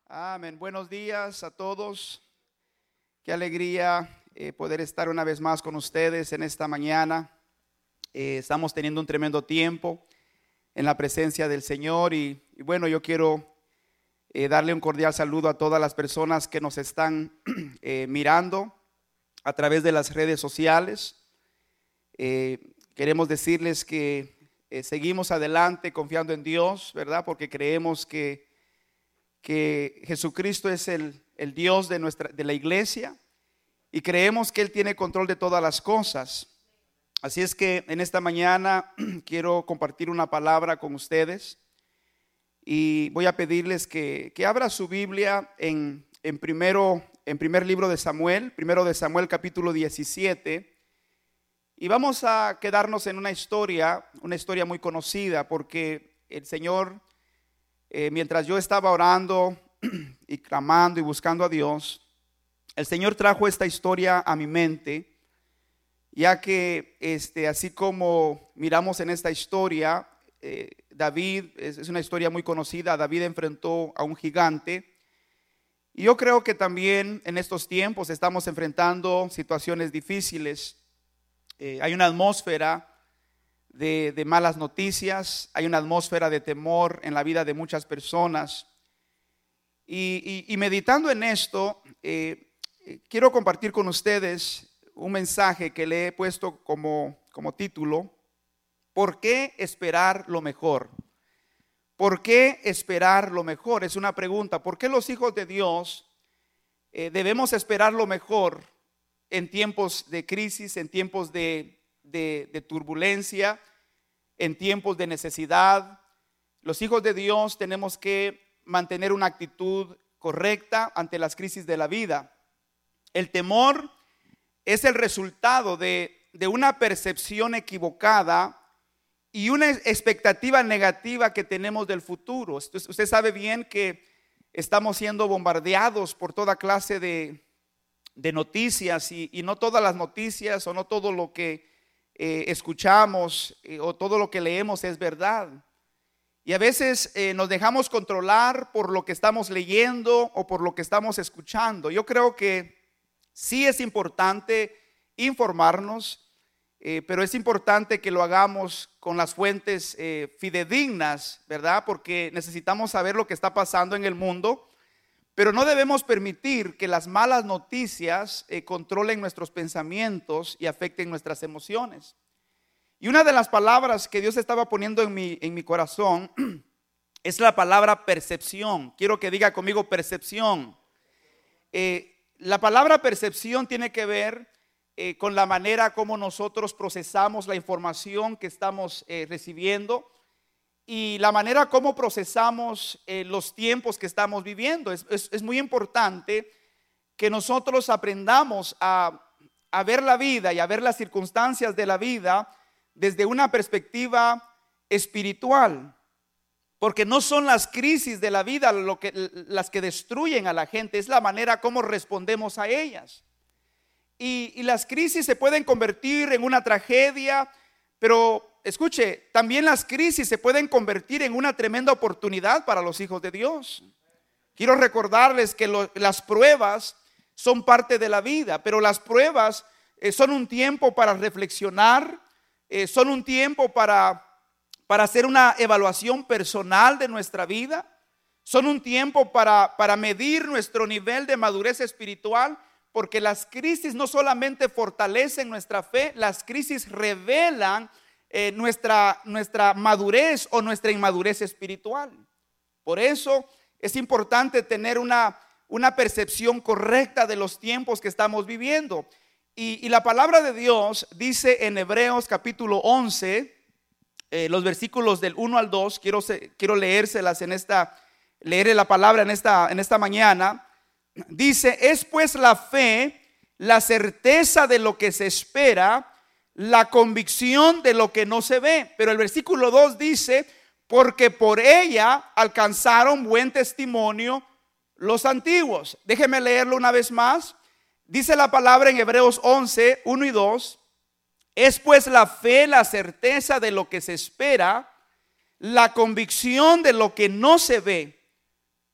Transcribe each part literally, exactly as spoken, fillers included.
Amén. Buenos días a todos. Qué alegría eh, poder estar una vez más con ustedes en esta mañana. Eh, estamos teniendo un tremendo tiempo en la presencia del Señor y, y bueno, yo quiero eh, darle un cordial saludo a todas las personas que nos están eh, mirando a través de las redes sociales. Eh, queremos decirles que eh, seguimos adelante confiando en Dios, ¿verdad? Porque creemos que que Jesucristo es el, el Dios de, nuestra, de la iglesia y creemos que Él tiene control de todas las cosas. Así es que en esta mañana quiero compartir una palabra con ustedes y voy a pedirles que, que abra su Biblia en, en, primero, en primer libro de Samuel, primero de Samuel capítulo diecisiete, y vamos a quedarnos en una historia, una historia muy conocida porque el Señor... Eh, mientras yo estaba orando y clamando y buscando a Dios, el Señor trajo esta historia a mi mente, ya que este, así como miramos en esta historia, eh, David, es, es una historia muy conocida, David enfrentó a un gigante, y yo creo que también en estos tiempos estamos enfrentando situaciones difíciles. Eh, hay una atmósfera De, de malas noticias, hay una atmósfera de temor en la vida de muchas personas y, y, y meditando en esto eh, eh, quiero compartir con ustedes un mensaje que le he puesto como, como título: ¿por qué esperar lo mejor? ¿Por qué esperar lo mejor? Es una pregunta. ¿Por qué los hijos de Dios eh, debemos esperar lo mejor en tiempos de crisis, en tiempos de De, de turbulencia, en tiempos de necesidad? Los hijos de Dios tenemos que mantener una actitud correcta ante las crisis de la vida. El temor es el resultado de, de una percepción equivocada y una expectativa negativa que tenemos del futuro. Usted sabe bien que estamos siendo bombardeados por toda clase de, de noticias y, y no todas las noticias o no todo lo que Eh, escuchamos eh, o todo lo que leemos es verdad, y a veces eh, nos dejamos controlar por lo que estamos leyendo o por lo que estamos escuchando. Yo creo que sí es importante informarnos, eh, pero es importante que lo hagamos con las fuentes eh, fidedignas, ¿verdad? Porque necesitamos saber lo que está pasando en el mundo, pero no debemos permitir que las malas noticias eh, controlen nuestros pensamientos y afecten nuestras emociones. Y una de las palabras que Dios estaba poniendo en mi, en mi corazón es la palabra percepción. Quiero que diga conmigo percepción. Eh, la palabra percepción tiene que ver eh, con la manera como nosotros procesamos la información que estamos eh, recibiendo y la manera como procesamos eh, los tiempos que estamos viviendo. Es, es, es muy importante que nosotros aprendamos a, a ver la vida y a ver las circunstancias de la vida desde una perspectiva espiritual, porque no son las crisis de la vida lo que, las que destruyen a la gente, es la manera como respondemos a ellas. Y, y las crisis se pueden convertir en una tragedia, pero escuche, también las crisis se pueden convertir en una tremenda oportunidad para los hijos de Dios. Quiero recordarles que lo, las pruebas son parte de la vida, pero las pruebas eh, son un tiempo para reflexionar, eh, son un tiempo para, para hacer una evaluación personal de nuestra vida, son un tiempo para, para medir nuestro nivel de madurez espiritual, porque las crisis no solamente fortalecen nuestra fe, las crisis revelan Eh, nuestra, nuestra madurez o nuestra inmadurez espiritual. Por eso es importante tener una, una percepción correcta de los tiempos que estamos viviendo. Y, y la palabra de Dios dice en Hebreos capítulo once, eh, los versículos del uno al dos, quiero, quiero leérselas en esta, leer la palabra en esta, en esta mañana. Dice: es pues la fe, la certeza de lo que se espera, la convicción de lo que no se ve. Pero el versículo dos dice: porque por ella alcanzaron buen testimonio los antiguos. Déjeme leerlo una vez más. Dice la palabra en Hebreos once, uno y dos: es pues la fe, la certeza de lo que se espera, la convicción de lo que no se ve,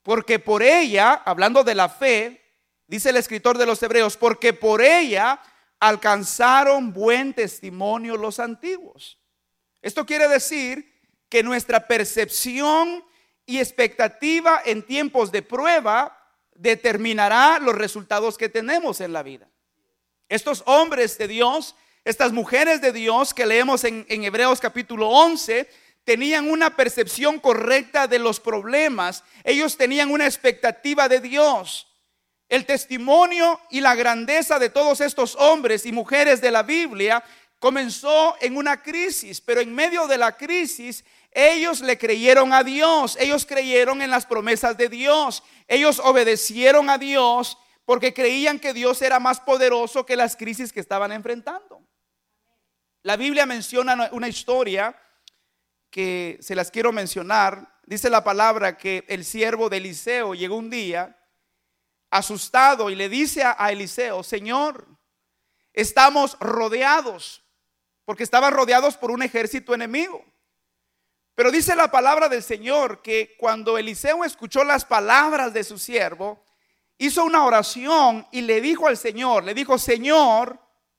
porque por ella, hablando de la fe, dice el escritor de los Hebreos, porque por ella alcanzaron buen testimonio los antiguos. Esto quiere decir que nuestra percepción y expectativa en tiempos de prueba determinará los resultados que tenemos en la vida. Estos hombres de Dios, estas mujeres de Dios que leemos en, en Hebreos capítulo once, tenían una percepción correcta de los problemas. Ellos tenían una expectativa de Dios. El testimonio y la grandeza de todos estos hombres y mujeres de la Biblia comenzó en una crisis, pero en medio de la crisis ellos le creyeron a Dios. Ellos creyeron en las promesas de Dios. Ellos obedecieron a Dios porque creían que Dios era más poderoso que las crisis que estaban enfrentando. La Biblia menciona una historia que se las quiero mencionar. Dice la palabra que el siervo de Eliseo llegó un día asustado y le dice a Eliseo: Señor, estamos rodeados, porque estaban rodeados por un ejército enemigo. Pero dice la palabra del Señor que cuando Eliseo escuchó las palabras de su siervo, hizo una oración y le dijo al Señor, le dijo: Señor,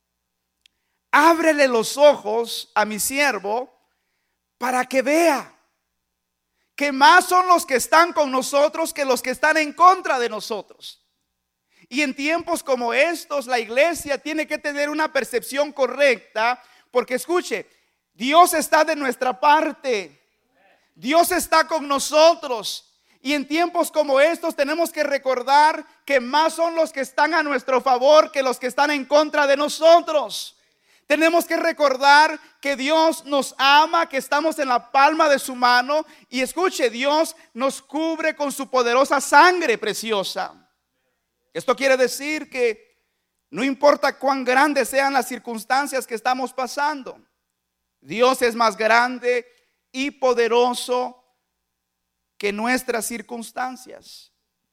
ábrele los ojos a mi siervo para que vea que más son los que están con nosotros que los que están en contra de nosotros. Y en tiempos como estos, la iglesia tiene que tener una percepción correcta, porque escuche, Dios está de nuestra parte. Dios está con nosotros. Y en tiempos como estos tenemos que recordar que más son los que están a nuestro favor que los que están en contra de nosotros. Tenemos que recordar que Dios nos ama, que estamos en la palma de su mano. Y escuche, Dios nos cubre con su poderosa sangre preciosa. Esto quiere decir que no importa cuán grandes sean las circunstancias que estamos pasando, Dios es más grande y poderoso que nuestras circunstancias.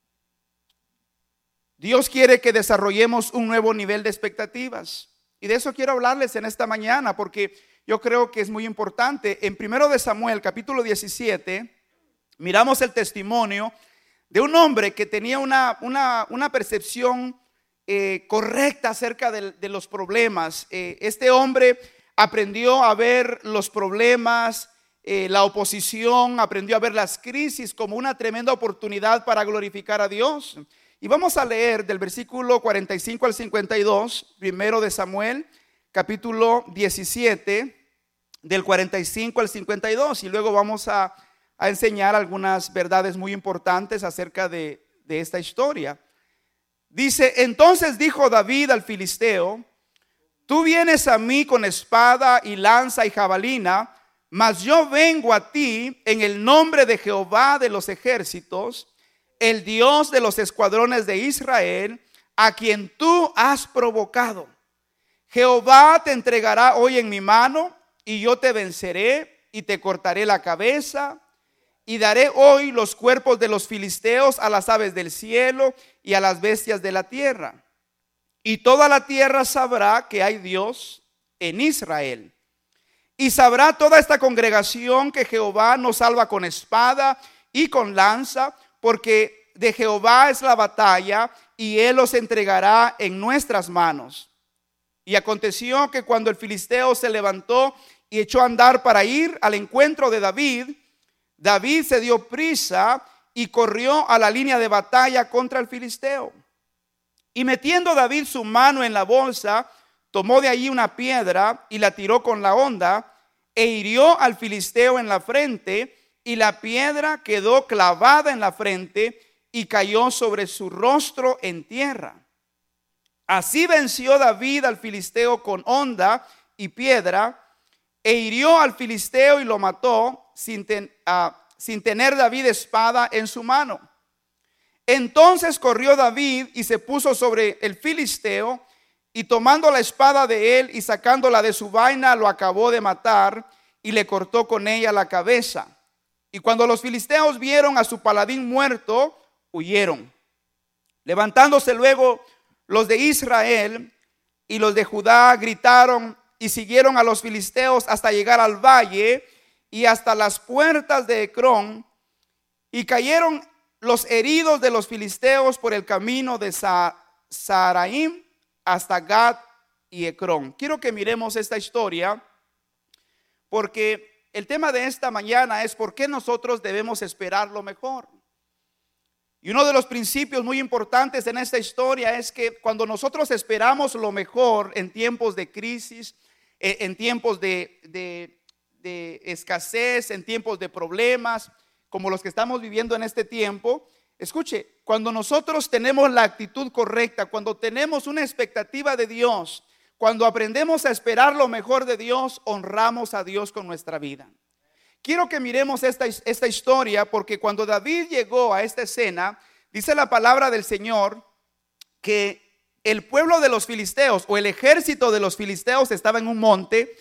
Dios quiere que desarrollemos un nuevo nivel de expectativas. Y de eso quiero hablarles en esta mañana, porque yo creo que es muy importante. En primero de Samuel, capítulo diecisiete, miramos el testimonio de un hombre que tenía una, una, una percepción eh, correcta acerca de, de los problemas. Eh, este hombre aprendió a ver los problemas, eh, la oposición, aprendió a ver las crisis como una tremenda oportunidad para glorificar a Dios. Y vamos a leer del versículo cuarenta y cinco al cincuenta y dos, primero de Samuel, capítulo diecisiete, del cuarenta y cinco al cincuenta y dos, y luego vamos a, a enseñar algunas verdades muy importantes acerca de, de esta historia. Dice: entonces dijo David al filisteo: tú vienes a mí con espada y lanza y jabalina, mas yo vengo a ti en el nombre de Jehová de los ejércitos, el Dios de los escuadrones de Israel, a quien tú has provocado. Jehová te entregará hoy en mi mano, y yo te venceré y te cortaré la cabeza, y daré hoy los cuerpos de los filisteos a las aves del cielo y a las bestias de la tierra. Y toda la tierra sabrá que hay Dios en Israel. Y sabrá toda esta congregación que Jehová nos salva con espada y con lanza, porque de Jehová es la batalla, y él los entregará en nuestras manos. Y aconteció que cuando el filisteo se levantó y echó a andar para ir al encuentro de David, David se dio prisa y corrió a la línea de batalla contra el filisteo. Y metiendo David su mano en la bolsa, tomó de allí una piedra y la tiró con la honda, e hirió al filisteo en la frente, y la piedra quedó clavada en la frente y cayó sobre su rostro en tierra. Así venció David al filisteo con honda y piedra, e hirió al filisteo y lo mató sin, ten, uh, sin tener David espada en su mano. Entonces corrió David y se puso sobre el filisteo, y tomando la espada de él y sacándola de su vaina, lo acabó de matar y le cortó con ella la cabeza. Y cuando los filisteos vieron a su paladín muerto, huyeron. Levantándose luego los de Israel y los de Judá, gritaron y siguieron a los filisteos hasta llegar al valle y hasta las puertas de Ecrón, y cayeron los heridos de los filisteos por el camino de Saharaim hasta Gad y Ecrón. Quiero que miremos esta historia porque el tema de esta mañana es por qué nosotros debemos esperar lo mejor. Y uno de los principios muy importantes en esta historia es que cuando nosotros esperamos lo mejor en tiempos de crisis, en tiempos de, de, de escasez, en tiempos de problemas, como los que estamos viviendo en este tiempo, escuche, cuando nosotros tenemos la actitud correcta, cuando tenemos una expectativa de Dios, cuando aprendemos a esperar lo mejor de Dios, honramos a Dios con nuestra vida. Quiero que miremos esta, esta historia porque cuando David llegó a esta escena, dice la palabra del Señor que el pueblo de los filisteos o el ejército de los filisteos estaba en un monte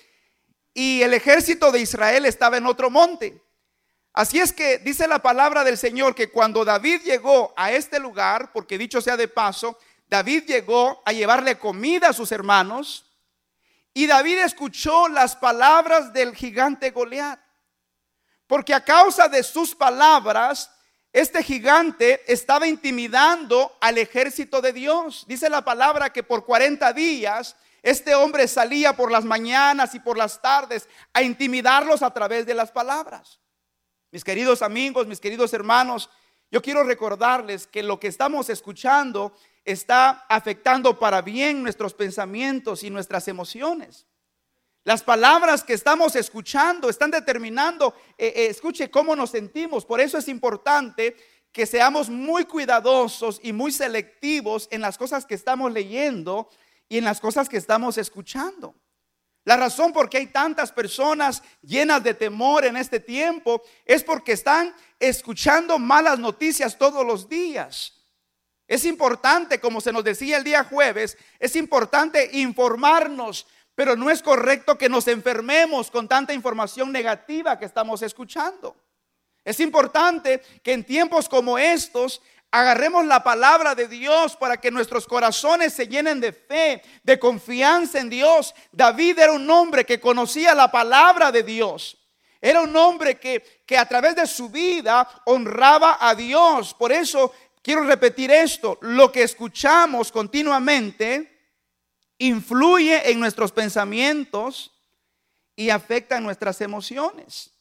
y el ejército de Israel estaba en otro monte. Así es que dice la palabra del Señor que cuando David llegó a este lugar, porque dicho sea de paso, David llegó a llevarle comida a sus hermanos y David escuchó las palabras del gigante Goliat. Porque a causa de sus palabras, este gigante estaba intimidando al ejército de Dios. Dice la palabra que por cuarenta días este hombre salía por las mañanas y por las tardes a intimidarlos a través de las palabras. Mis queridos amigos, mis queridos hermanos, yo quiero recordarles que lo que estamos escuchando está afectando para bien nuestros pensamientos y nuestras emociones. Las palabras que estamos escuchando están determinando, eh, eh, escuche cómo nos sentimos. Por eso es importante que seamos muy cuidadosos y muy selectivos en las cosas que estamos leyendo y en las cosas que estamos escuchando. La razón por qué hay tantas personas llenas de temor en este tiempo es porque están escuchando malas noticias todos los días. Es importante, como se nos decía el día jueves, es importante informarnos. Pero no es correcto que nos enfermemos con tanta información negativa que estamos escuchando. Es importante que en tiempos como estos agarremos la palabra de Dios para que nuestros corazones se llenen de fe, de confianza en Dios. David era un hombre que conocía la palabra de Dios. Era un hombre que, que a través de su vida honraba a Dios. Por eso quiero repetir esto: lo que escuchamos continuamente influye en nuestros pensamientos y afecta en nuestras emociones.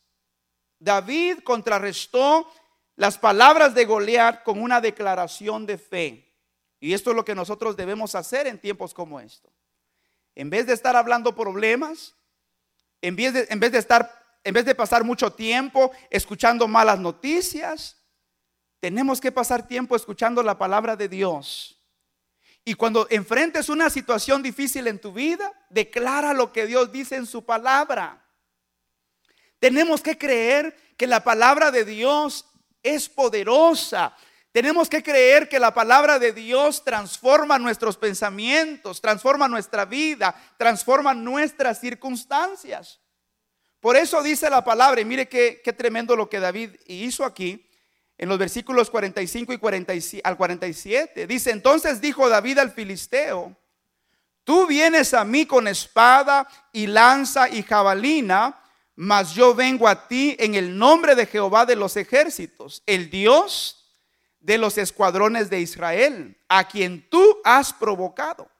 David contrarrestó las palabras de Goliat con una declaración de fe. Y esto es lo que nosotros debemos hacer en tiempos como estos. En vez de estar hablando problemas, en vez de, en vez de estar, en vez de pasar mucho tiempo escuchando malas noticias, tenemos que pasar tiempo escuchando la palabra de Dios. Y cuando enfrentes una situación difícil en tu vida, declara lo que Dios dice en su palabra. Tenemos que creer que la palabra de Dios es poderosa. Tenemos que creer que la palabra de Dios transforma nuestros pensamientos, transforma nuestra vida, transforma nuestras circunstancias. Por eso dice la palabra, y mire qué, qué tremendo lo que David hizo aquí. En los versículos cuarenta y cinco y cuarenta al cuarenta y siete dice: entonces dijo David al filisteo: tú vienes a mí con espada y lanza y jabalina, mas yo vengo a ti en el nombre de Jehová de los ejércitos, el Dios de los escuadrones de Israel, a quien tú has provocado.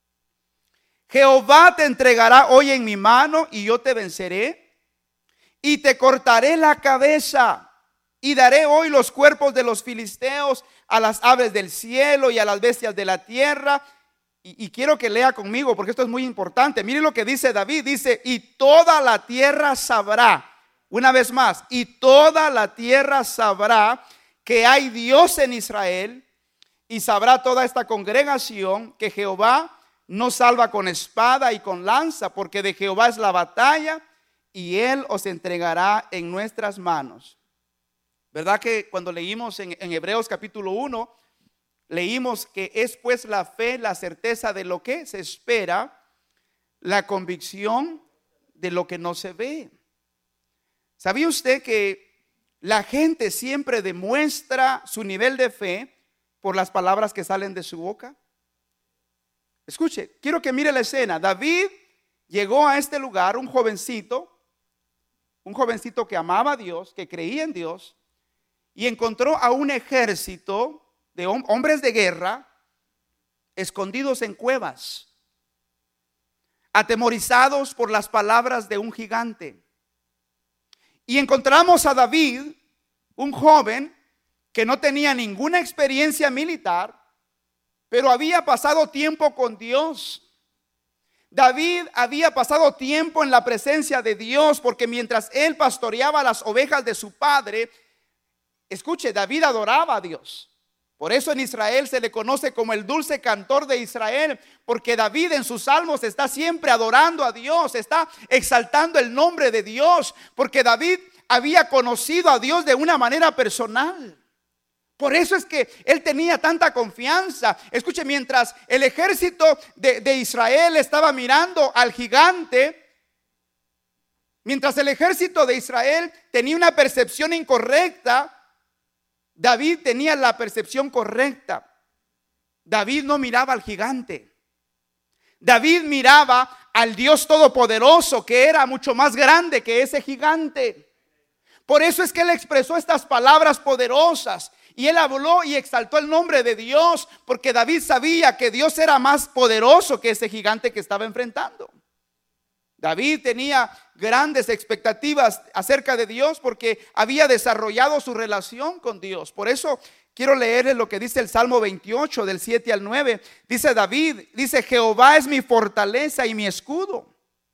Jehová te entregará hoy en mi mano y yo te venceré y te cortaré la cabeza. Y daré hoy los cuerpos de los filisteos a las aves del cielo y a las bestias de la tierra. Y, y quiero que lea conmigo porque esto es muy importante. Mire lo que dice David. Dice: y toda la tierra sabrá, una vez más, y toda la tierra sabrá que hay Dios en Israel, y sabrá toda esta congregación que Jehová no salva con espada y con lanza, porque de Jehová es la batalla y Él os entregará en nuestras manos. ¿Verdad que cuando leímos en, en Hebreos capítulo uno, leímos que es pues la fe, la certeza de lo que se espera, la convicción de lo que no se ve? ¿Sabía usted que la gente siempre demuestra su nivel de fe por las palabras que salen de su boca? Escuche, quiero que mire la escena. David llegó a este lugar, un jovencito, un jovencito que amaba a Dios, que creía en Dios. y encontró a un ejército de hombres de guerra escondidos en cuevas, atemorizados por las palabras de un gigante. Y encontramos a David, un joven que no tenía ninguna experiencia militar, pero había pasado tiempo con Dios. David había pasado tiempo en la presencia de Dios, porque mientras él pastoreaba las ovejas de su padre, escuche, David adoraba a Dios. Por eso en Israel se le conoce como el dulce cantor de Israel, porque David en sus salmos está siempre adorando a Dios, está exaltando el nombre de Dios, porque David había conocido a Dios de una manera personal. Por eso es que él tenía tanta confianza. Escuche, mientras el ejército de, de Israel estaba mirando al gigante, mientras el ejército de Israel tenía una percepción incorrecta, David tenía la percepción correcta. David no miraba al gigante. David miraba al Dios todopoderoso, que era mucho más grande que ese gigante. Por eso es que él expresó estas palabras poderosas. Y él habló y exaltó el nombre de Dios, porque David sabía que Dios era más poderoso que ese gigante que estaba enfrentando. David tenía grandes expectativas acerca de Dios, porque había desarrollado su relación con Dios. Por eso quiero leerles lo que dice el Salmo veintiocho, del siete al nueve. Dice David, dice: Jehová es mi fortaleza y mi escudo.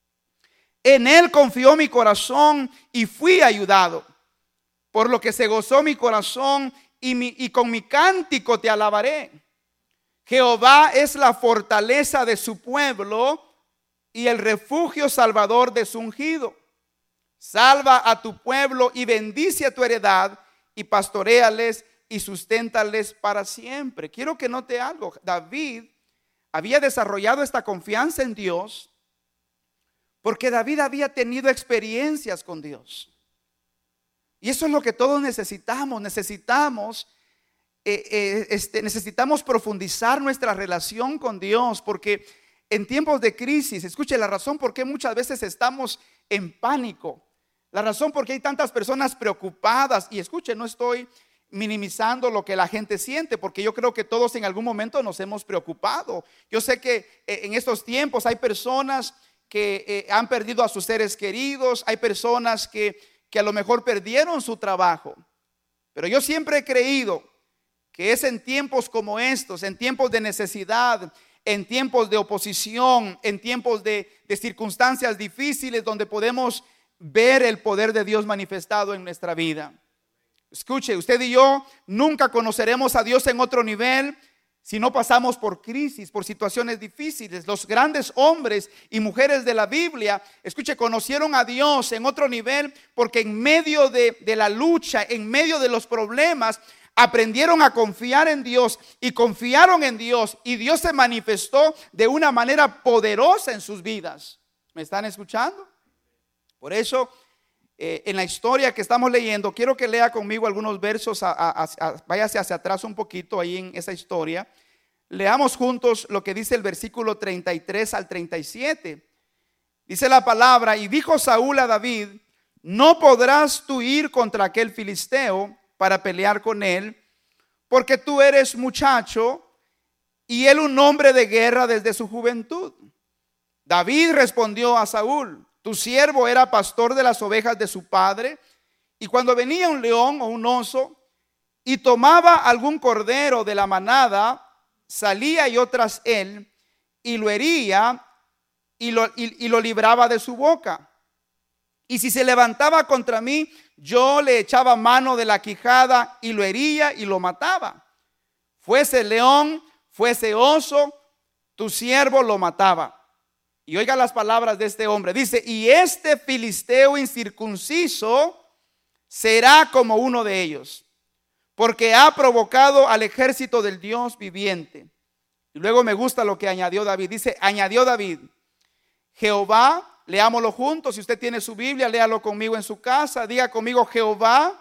En él confió mi corazón y fui ayudado. Por lo que se gozó mi corazón y, mi, y con mi cántico te alabaré. Jehová es la fortaleza de su pueblo y el refugio salvador de su ungido. Salva a tu pueblo y bendice a tu heredad y pastoréales y susténtales para siempre. Quiero que note algo. David había desarrollado esta confianza en Dios porque David había tenido experiencias con Dios. Y eso es lo que todos necesitamos. Necesitamos eh, eh, este, necesitamos profundizar nuestra relación con Dios, porque en tiempos de crisis, escuche, la razón por qué muchas veces estamos en pánico, la razón por qué hay tantas personas preocupadas, y escuche, no estoy minimizando lo que la gente siente, porque yo creo que todos en algún momento nos hemos preocupado. Yo sé que eh, en estos tiempos hay personas que eh, han perdido a sus seres queridos, hay personas que, que a lo mejor perdieron su trabajo, pero yo siempre he creído que es en tiempos como estos, en tiempos de necesidad, en tiempos de oposición, en tiempos de, de circunstancias difíciles, donde podemos ver el poder de Dios manifestado en nuestra vida. Escuche, usted y yo nunca conoceremos a Dios en otro nivel si no pasamos por crisis, por situaciones difíciles. Los grandes hombres y mujeres de la Biblia, escuche, conocieron a Dios en otro nivel porque en medio de, de la lucha, en medio de los problemas, aprendieron a confiar en Dios y confiaron en Dios, y Dios se manifestó de una manera poderosa en sus vidas. ¿Me están escuchando? Por eso eh, en la historia que estamos leyendo, quiero que lea conmigo algunos versos, a, a, a, váyase hacia atrás un poquito ahí en esa historia. Leamos juntos lo que dice el versículo treinta y tres al treinta y siete. Dice la palabra: y dijo Saúl a David: no podrás tú ir contra aquel filisteo para pelear con él, porque tú eres muchacho y él un hombre de guerra desde su juventud. David respondió a Saúl: tu siervo era pastor de las ovejas de su padre, y cuando venía un león o un oso y tomaba algún cordero de la manada, salía yo tras él y lo hería y lo, y, y lo libraba de su boca. Y si se levantaba contra mí, yo le echaba mano de la quijada y lo hería y lo mataba. Fuese león, fuese oso, tu siervo lo mataba. Y oiga las palabras de este hombre. Dice: y este filisteo incircunciso será como uno de ellos, porque ha provocado al ejército del Dios viviente. Y luego me gusta lo que añadió David. Dice, añadió David: Jehová, leámoslo juntos. Si usted tiene su Biblia, léalo conmigo en su casa. Diga conmigo: Jehová,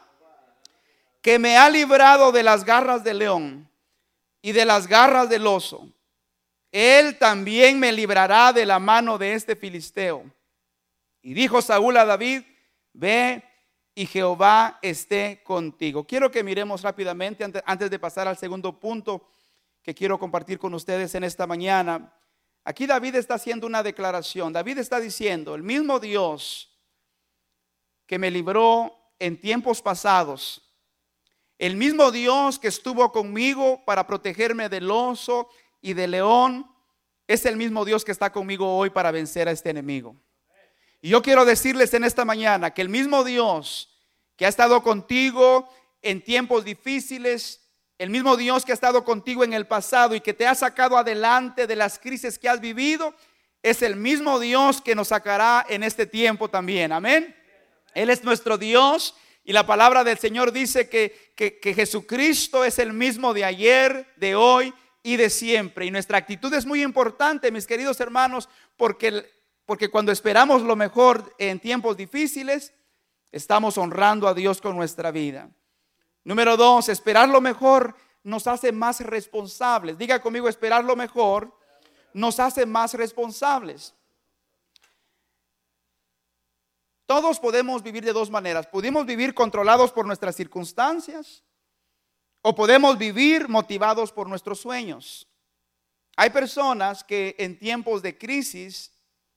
que me ha librado de las garras del león y de las garras del oso, él también me librará de la mano de este filisteo. Y dijo Saúl a David: ve y Jehová esté contigo. Quiero que miremos rápidamente antes, antes de pasar al segundo punto que quiero compartir con ustedes en esta mañana. Aquí David está haciendo una declaración. David está diciendo: el mismo Dios que me libró en tiempos pasados, el mismo Dios que estuvo conmigo para protegerme del oso y del león, es el mismo Dios que está conmigo hoy para vencer a este enemigo. Y yo quiero decirles en esta mañana que el mismo Dios que ha estado contigo en tiempos difíciles, el mismo Dios que ha estado contigo en el pasado y que te ha sacado adelante de las crisis que has vivido, es el mismo Dios que nos sacará en este tiempo también. Amén. Él es nuestro Dios y la palabra del Señor dice que, que, que Jesucristo es el mismo de ayer, de hoy y de siempre. Y nuestra actitud es muy importante, mis queridos hermanos, porque, porque cuando esperamos lo mejor en tiempos difíciles, estamos honrando a Dios con nuestra vida. Número dos, esperar lo mejor nos hace más responsables. Diga conmigo: esperar lo mejor nos hace más responsables. Todos podemos vivir de dos maneras. Podemos vivir controlados por nuestras circunstancias o podemos vivir motivados por nuestros sueños. Hay personas que en tiempos de crisis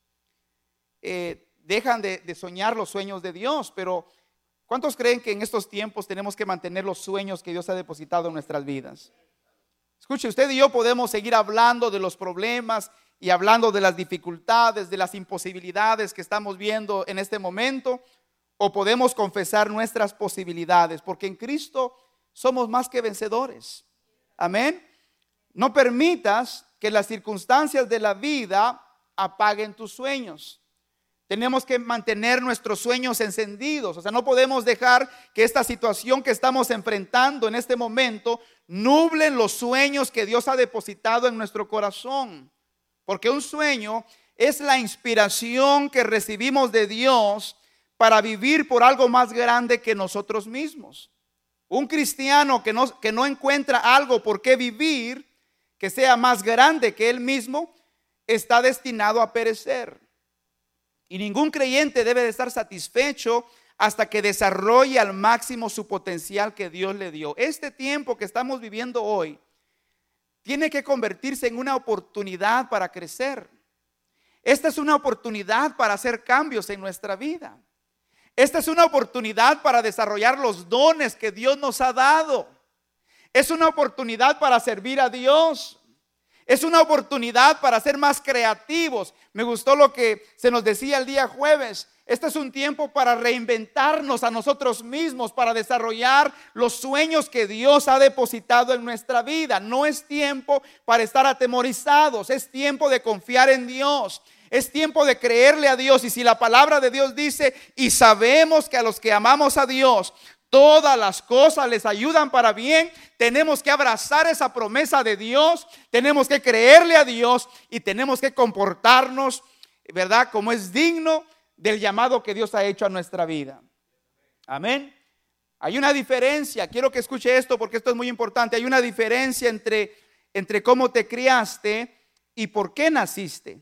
eh, dejan de, de soñar los sueños de Dios, pero ¿cuántos creen que en estos tiempos tenemos que mantener los sueños que Dios ha depositado en nuestras vidas? Escuche, usted y yo podemos seguir hablando de los problemas y hablando de las dificultades, de las imposibilidades que estamos viendo en este momento, o podemos confesar nuestras posibilidades, porque en Cristo somos más que vencedores. Amén. No permitas que las circunstancias de la vida apaguen tus sueños. Tenemos que mantener nuestros sueños encendidos. O sea, no podemos dejar que esta situación que estamos enfrentando en este momento nublen los sueños que Dios ha depositado en nuestro corazón. Porque un sueño es la inspiración que recibimos de Dios para vivir por algo más grande que nosotros mismos. Un cristiano que no, que no encuentra algo por qué vivir que sea más grande que él mismo, está destinado a perecer. Y ningún creyente debe de estar satisfecho hasta que desarrolle al máximo su potencial que Dios le dio. Este tiempo que estamos viviendo hoy tiene que convertirse en una oportunidad para crecer. Esta es una oportunidad para hacer cambios en nuestra vida. Esta es una oportunidad para desarrollar los dones que Dios nos ha dado. Es una oportunidad para servir a Dios. Es una oportunidad para ser más creativos. Me gustó lo que se nos decía el día jueves. Este es un tiempo para reinventarnos a nosotros mismos, para desarrollar los sueños que Dios ha depositado en nuestra vida. No es tiempo para estar atemorizados, es tiempo de confiar en Dios. Es tiempo de creerle a Dios. Y si la palabra de Dios dice: y sabemos que a los que amamos a Dios todas las cosas les ayudan para bien, tenemos que abrazar esa promesa de Dios, tenemos que creerle a Dios y tenemos que comportarnos, ¿verdad?, como es digno del llamado que Dios ha hecho a nuestra vida. Amén. Hay una diferencia, quiero que escuche esto porque esto es muy importante. Hay una diferencia entre, entre cómo te criaste y por qué naciste.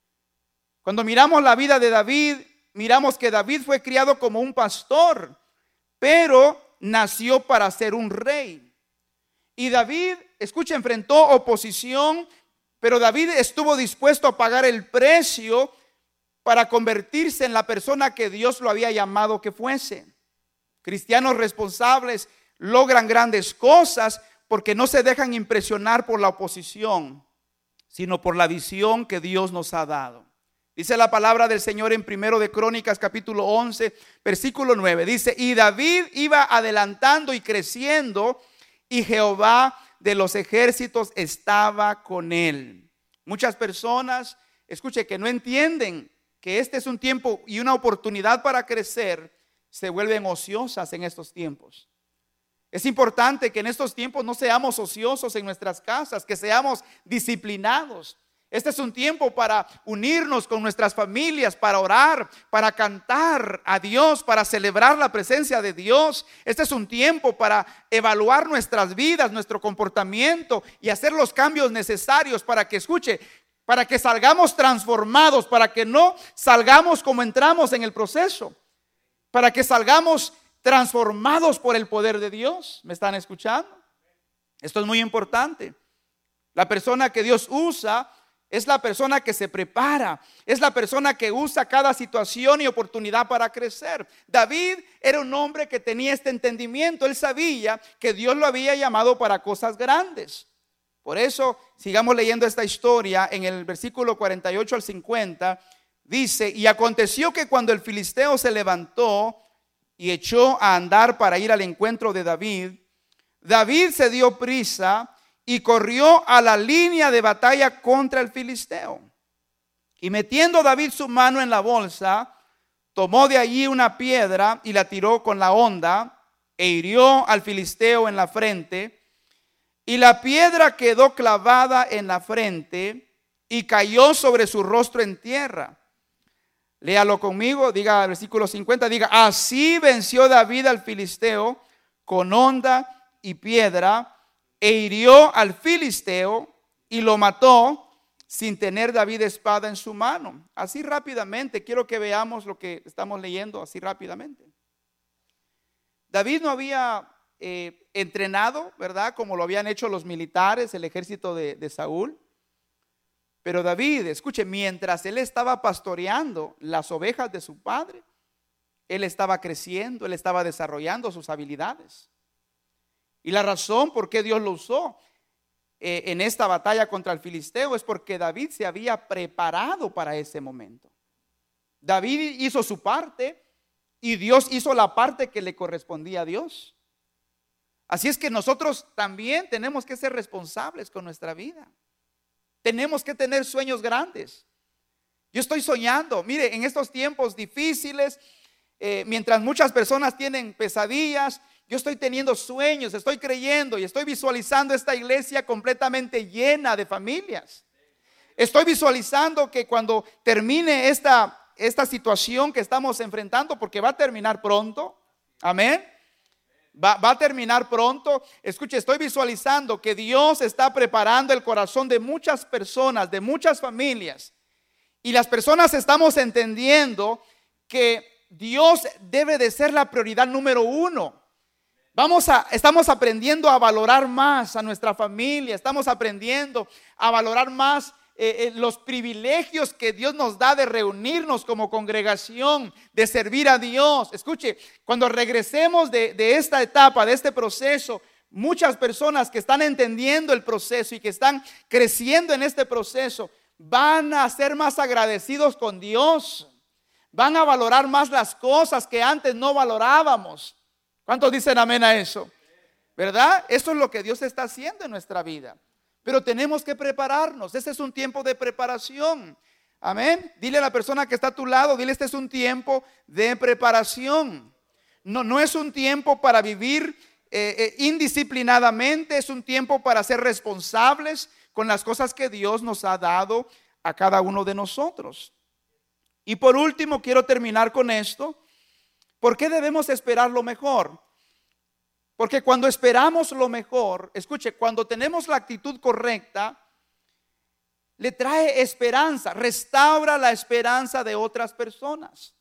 Cuando miramos la vida de David, miramos que David fue criado como un pastor, pero nació para ser un rey. Y David, escucha, enfrentó oposición, pero David estuvo dispuesto a pagar el precio para convertirse en la persona que Dios lo había llamado que fuese. Cristianos responsables logran grandes cosas porque no se dejan impresionar por la oposición, sino por la visión que Dios nos ha dado. Dice la palabra del Señor en Primero de Crónicas capítulo once versículo nueve. Dice: y David iba adelantando y creciendo, y Jehová de los ejércitos estaba con él. Muchas personas, escuche, que no entienden que este es un tiempo y una oportunidad para crecer, se vuelven ociosas en estos tiempos. Es importante que en estos tiempos no seamos ociosos en nuestras casas, que seamos disciplinados. Este es un tiempo para unirnos con nuestras familias, para orar, para cantar a Dios, para celebrar la presencia de Dios. Este es un tiempo para evaluar nuestras vidas, nuestro comportamiento y hacer los cambios necesarios para que, escuche, para que salgamos transformados, para que no salgamos como entramos en el proceso, para que salgamos transformados por el poder de Dios. ¿Me están escuchando? Esto es muy importante. La persona que Dios usa es la persona que se prepara, es la persona que usa cada situación y oportunidad para crecer. David era un hombre que tenía este entendimiento. Él sabía que Dios lo había llamado para cosas grandes. Por eso, sigamos leyendo esta historia. En el versículo cuarenta y ocho al cincuenta dice: y aconteció que cuando el filisteo se levantó y echó a andar para ir al encuentro de David, David se dio prisa y corrió a la línea de batalla contra el filisteo. Y metiendo David su mano en la bolsa, tomó de allí una piedra y la tiró con la honda e hirió al filisteo en la frente. Y la piedra quedó clavada en la frente y cayó sobre su rostro en tierra. Léalo conmigo, diga el versículo cincuenta, diga: así venció David al filisteo con honda y piedra, e hirió al filisteo y lo mató sin tener David espada en su mano. Así rápidamente, quiero que veamos lo que estamos leyendo así rápidamente. David no había eh, entrenado, ¿verdad? Como lo habían hecho los militares, el ejército de, de Saúl. Pero David, escuche, mientras él estaba pastoreando las ovejas de su padre, él estaba creciendo, él estaba desarrollando sus habilidades. Y la razón por qué Dios lo usó eh, en esta batalla contra el filisteo es porque David se había preparado para ese momento. David hizo su parte y Dios hizo la parte que le correspondía a Dios. Así es que nosotros también tenemos que ser responsables con nuestra vida. Tenemos que tener sueños grandes. Yo estoy soñando, mire, en estos tiempos difíciles, eh, mientras muchas personas tienen pesadillas, yo estoy teniendo sueños, estoy creyendo y estoy visualizando esta iglesia completamente llena de familias. Estoy visualizando que cuando termine esta, esta situación que estamos enfrentando, porque va a terminar pronto, amén, va, va a terminar pronto. Escuche, estoy visualizando que Dios está preparando el corazón de muchas personas, de muchas familias. Y las personas estamos entendiendo que Dios debe de ser la prioridad número uno. Vamos a, estamos aprendiendo a valorar más a nuestra familia. Estamos aprendiendo a valorar más eh, eh, los privilegios que Dios nos da de reunirnos como congregación, de servir a Dios. Escuche, cuando regresemos de, de esta etapa, de este proceso, muchas personas que están entendiendo el proceso y que están creciendo en este proceso van a ser más agradecidos con Dios. Van a valorar más las cosas que antes no valorábamos. ¿Cuántos dicen amén a eso? ¿Verdad? Eso es lo que Dios está haciendo en nuestra vida. Pero tenemos que prepararnos. Este es un tiempo de preparación. Amén. Dile a la persona que está a tu lado, dile: este es un tiempo de preparación. No, no es un tiempo para vivir eh, eh, indisciplinadamente. Es un tiempo para ser responsables con las cosas que Dios nos ha dado a cada uno de nosotros. Y por último, quiero terminar con esto. ¿Por qué debemos esperar lo mejor? Porque cuando esperamos lo mejor, escuche, cuando tenemos la actitud correcta, le trae esperanza, restaura la esperanza de otras personas.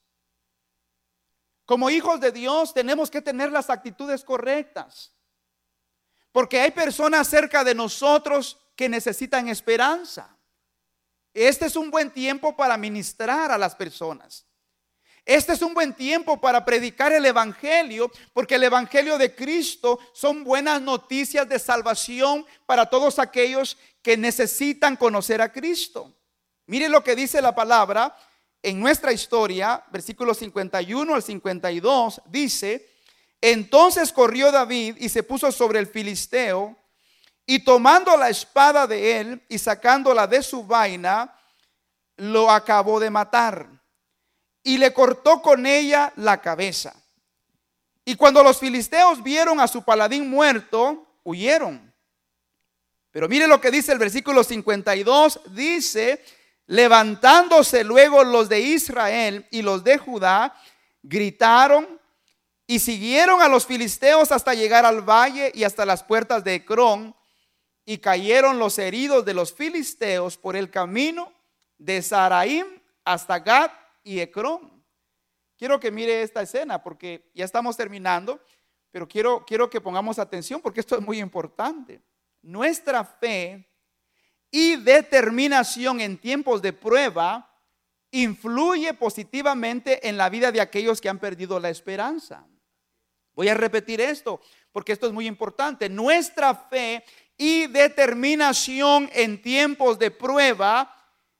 Como hijos de Dios tenemos que tener las actitudes correctas, porque hay personas cerca de nosotros que necesitan esperanza. Este es un buen tiempo para ministrar a las personas. Este es un buen tiempo para predicar el evangelio, porque el evangelio de Cristo son buenas noticias de salvación para todos aquellos que necesitan conocer a Cristo. Mire lo que dice la palabra en nuestra historia, versículos cincuenta y uno al cincuenta y dos, dice: entonces corrió David y se puso sobre el filisteo, y tomando la espada de él y sacándola de su vaina, lo acabó de matar. Y le cortó con ella la cabeza. Y cuando los filisteos vieron a su paladín muerto, huyeron. Pero mire lo que dice el versículo cincuenta y dos. Dice: levantándose luego los de Israel y los de Judá, gritaron y siguieron a los filisteos hasta llegar al valle y hasta las puertas de Ecrón. Y cayeron los heridos de los filisteos por el camino de Saraim hasta Gat y Ecrón. quiero que mire esta escena porque ya estamos terminando, pero quiero, quiero que pongamos atención porque esto es muy importante. Nuestra fe y determinación en tiempos de prueba influye positivamente en la vida de aquellos que han perdido la esperanza. Voy a repetir esto porque esto es muy importante. Nuestra fe y determinación en tiempos de prueba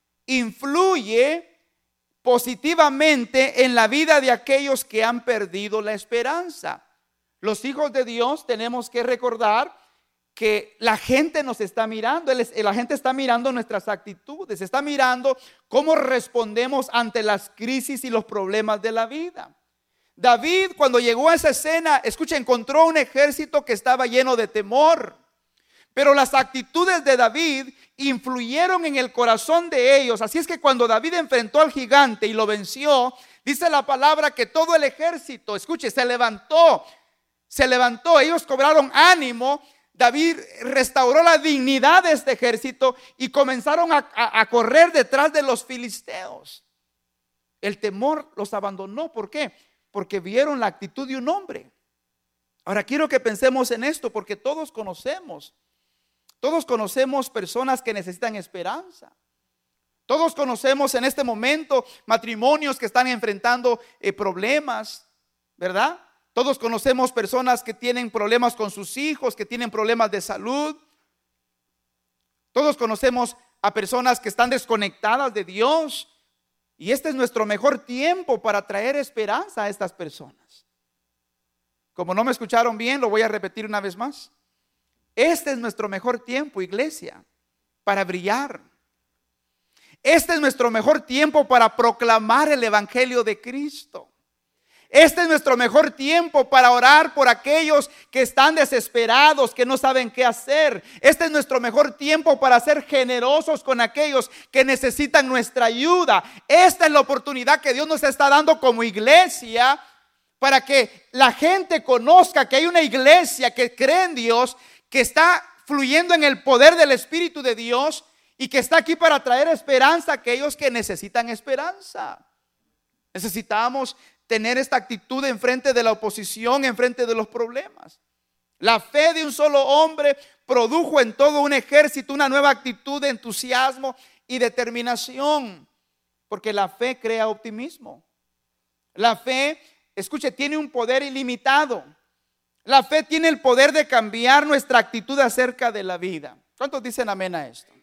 influye positivamente en la vida de aquellos que han perdido la esperanza. Los hijos de Dios tenemos que recordar que la gente nos está mirando, la gente está mirando nuestras actitudes, está mirando cómo respondemos ante las crisis y los problemas de la vida. David, cuando llegó a esa escena, escucha, encontró un ejército que estaba lleno de temor, pero las actitudes de David influyeron en el corazón de ellos. Así es que cuando David enfrentó al gigante y lo venció, dice la palabra que todo el ejército, escuche, se levantó, se levantó, ellos cobraron ánimo. David restauró la dignidad de este ejército y comenzaron a, a, a correr detrás de los filisteos. El temor los abandonó. ¿Por qué? Porque vieron la actitud de un hombre. Ahora quiero que pensemos en esto porque todos conocemos, todos conocemos personas que necesitan esperanza. Todos conocemos en este momento matrimonios que están enfrentando eh, problemas, ¿verdad? Todos conocemos personas que tienen problemas con sus hijos, que tienen problemas de salud. Todos conocemos a personas que están desconectadas de Dios. Y este es nuestro mejor tiempo para traer esperanza a estas personas. Como no me escucharon bien, lo voy a repetir una vez más. Este es nuestro mejor tiempo, iglesia, para brillar. Este es nuestro mejor tiempo para proclamar el evangelio de Cristo. Este es nuestro mejor tiempo para orar por aquellos que están desesperados, que no saben qué hacer. Este es nuestro mejor tiempo para ser generosos con aquellos que necesitan nuestra ayuda. Esta es la oportunidad que Dios nos está dando como iglesia para que la gente conozca que hay una iglesia que cree en Dios, que está fluyendo en el poder del Espíritu de Dios y que está aquí para traer esperanza a aquellos que necesitan esperanza. Necesitamos tener esta actitud en frente de la oposición, en frente de los problemas. La fe de un solo hombre produjo en todo un ejército una nueva actitud de entusiasmo y determinación, porque la fe crea optimismo. La fe, escuche, tiene un poder ilimitado. La fe tiene el poder de cambiar nuestra actitud acerca de la vida. ¿Cuántos dicen amén a esto?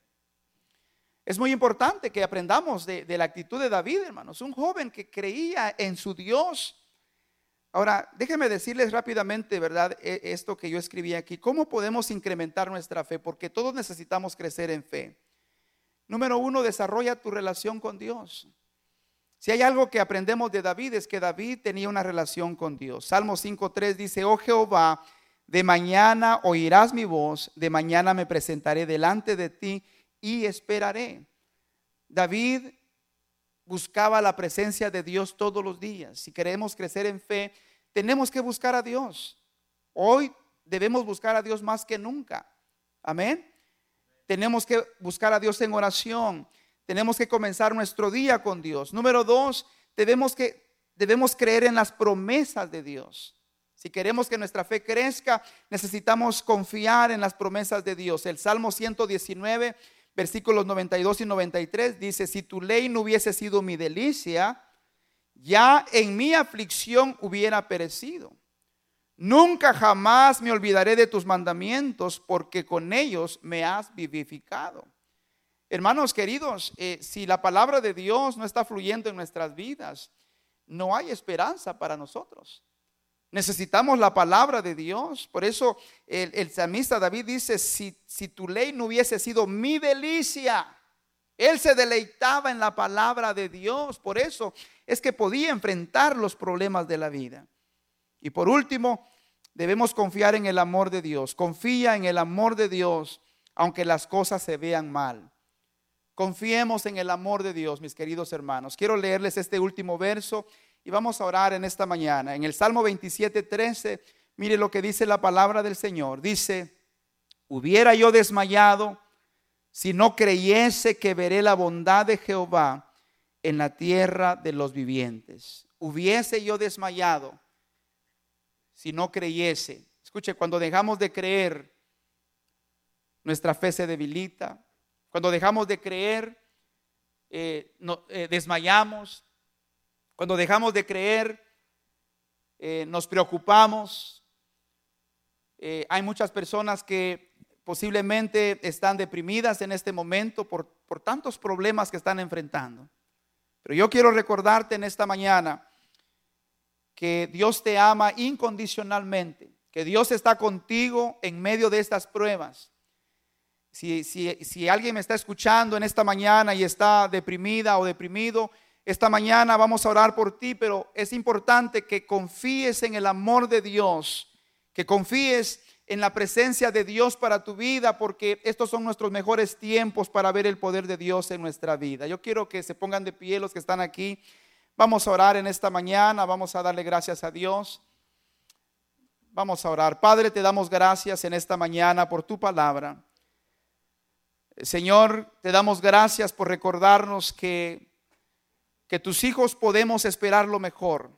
Es muy importante que aprendamos de, de la actitud de David, hermanos. Un joven que creía en su Dios. Ahora, déjenme decirles rápidamente, ¿verdad? Esto que yo escribí aquí. ¿Cómo podemos incrementar nuestra fe? Porque todos necesitamos crecer en fe. Número uno, desarrolla tu relación con Dios. Si hay algo que aprendemos de David es que David tenía una relación con Dios. Salmo cinco tres dice: oh Jehová, de mañana oirás mi voz, de mañana me presentaré delante de ti y esperaré. David buscaba la presencia de Dios todos los días. Si queremos crecer en fe, tenemos que buscar a Dios. Hoy debemos buscar a Dios más que nunca. Amén. Tenemos que buscar a Dios en oración. Tenemos que comenzar nuestro día con Dios. Número dos, debemos, que, debemos creer en las promesas de Dios. Si queremos que nuestra fe crezca, necesitamos confiar en las promesas de Dios. El Salmo ciento diecinueve, versículos noventa y dos y noventa y tres dice: si tu ley no hubiese sido mi delicia, ya en mi aflicción hubiera perecido. Nunca jamás me olvidaré de tus mandamientos, porque con ellos me has vivificado. Hermanos queridos, eh, si la palabra de Dios no está fluyendo en nuestras vidas, no hay esperanza para nosotros. Necesitamos la palabra de Dios. Por eso el, el salmista David dice: si, si tu ley no hubiese sido mi delicia. Él se deleitaba en la palabra de Dios. Por eso es que podía enfrentar los problemas de la vida. Y por último, debemos confiar en el amor de Dios. Confía en el amor de Dios, aunque las cosas se vean mal. Confiemos en el amor de Dios, mis queridos hermanos. Quiero leerles este último verso y vamos a orar en esta mañana. En el Salmo veintisiete trece, mire lo que dice la palabra del Señor. Dice: hubiera yo desmayado si no creyese que veré la bondad de Jehová en la tierra de los vivientes. hubiese yo desmayado si no creyese. Escuche, cuando dejamos de creer, nuestra fe se debilita. Cuando dejamos de creer, eh, no, eh, desmayamos. Cuando dejamos de creer, eh, nos preocupamos. Eh, hay muchas personas que posiblemente están deprimidas en este momento por, por tantos problemas que están enfrentando. Pero yo quiero recordarte en esta mañana que Dios te ama incondicionalmente, que Dios está contigo en medio de estas pruebas. Si, si, si alguien me está escuchando en esta mañana y está deprimida o deprimido, esta mañana vamos a orar por ti, pero es importante que confíes en el amor de Dios, que confíes en la presencia de Dios para tu vida, porque estos son nuestros mejores tiempos para ver el poder de Dios en nuestra vida. Yo quiero que se pongan de pie los que están aquí. Vamos a orar en esta mañana, vamos a darle gracias a Dios. Vamos a orar. Padre, te damos gracias en esta mañana por tu palabra. Señor, te damos gracias por recordarnos que, que tus hijos podemos esperar lo mejor.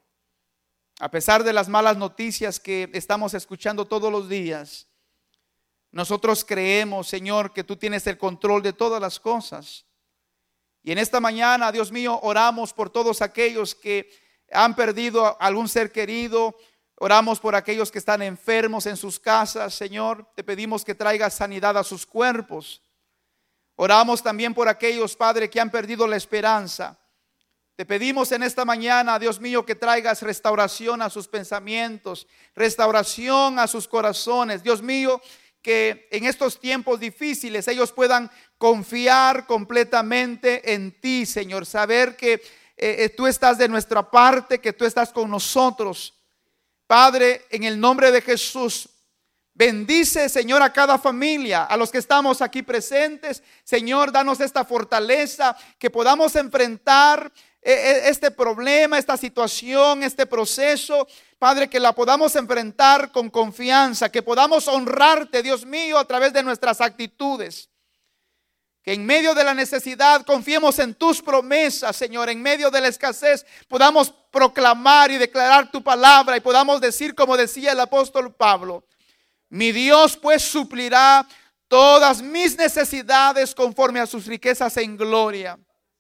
A pesar de las malas noticias que estamos escuchando todos los días, nosotros creemos, Señor, que tú tienes el control de todas las cosas. Y en esta mañana, Dios mío, oramos por todos aquellos que han perdido algún ser querido. Oramos por aquellos que están enfermos en sus casas, Señor. Te pedimos que traigas sanidad a sus cuerpos. Oramos también por aquellos, Padre, que han perdido la esperanza. Te pedimos en esta mañana, Dios mío, que traigas restauración a sus pensamientos, restauración a sus corazones. Dios mío, que en estos tiempos difíciles ellos puedan confiar completamente en ti, Señor. Saber que eh, tú estás de nuestra parte, que tú estás con nosotros. Padre, en el nombre de Jesús, bendice, Señor, a cada familia, a los que estamos aquí presentes. Señor, danos esta fortaleza, que podamos enfrentar este problema, esta situación, este proceso, Padre, que la podamos enfrentar con confianza, que podamos honrarte, Dios mío, a través de nuestras actitudes. Que en medio de la necesidad confiemos en tus promesas, Señor. En medio de la escasez podamos proclamar y declarar tu palabra y podamos decir, como decía el apóstol Pablo: mi Dios pues suplirá todas mis necesidades conforme a sus riquezas en gloria.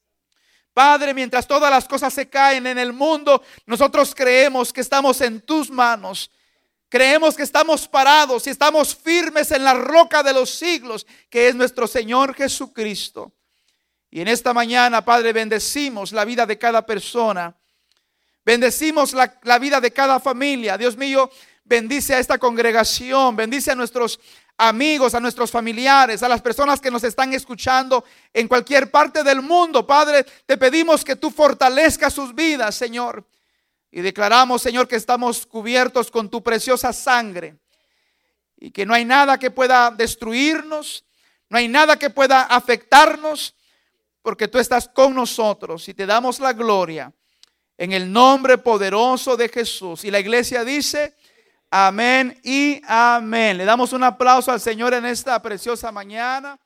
Padre, mientras todas las cosas se caen en el mundo, nosotros creemos que estamos en tus manos. Creemos que estamos parados y estamos firmes en la roca de los siglos, que es nuestro Señor Jesucristo. Y en esta mañana, Padre, bendecimos la vida de cada persona. Bendecimos la, la vida de cada familia. Dios mío, bendice a esta congregación, bendice a nuestros amigos, a nuestros familiares, a las personas que nos están escuchando en cualquier parte del mundo. Padre, te pedimos que tú fortalezcas sus vidas, Señor. Y declaramos, Señor, que estamos cubiertos con tu preciosa sangre y que no hay nada que pueda destruirnos, no hay nada que pueda afectarnos, porque tú estás con nosotros y te damos la gloria en el nombre poderoso de Jesús. Y la iglesia dice: amén y amén. Le damos un aplauso al Señor en esta preciosa mañana.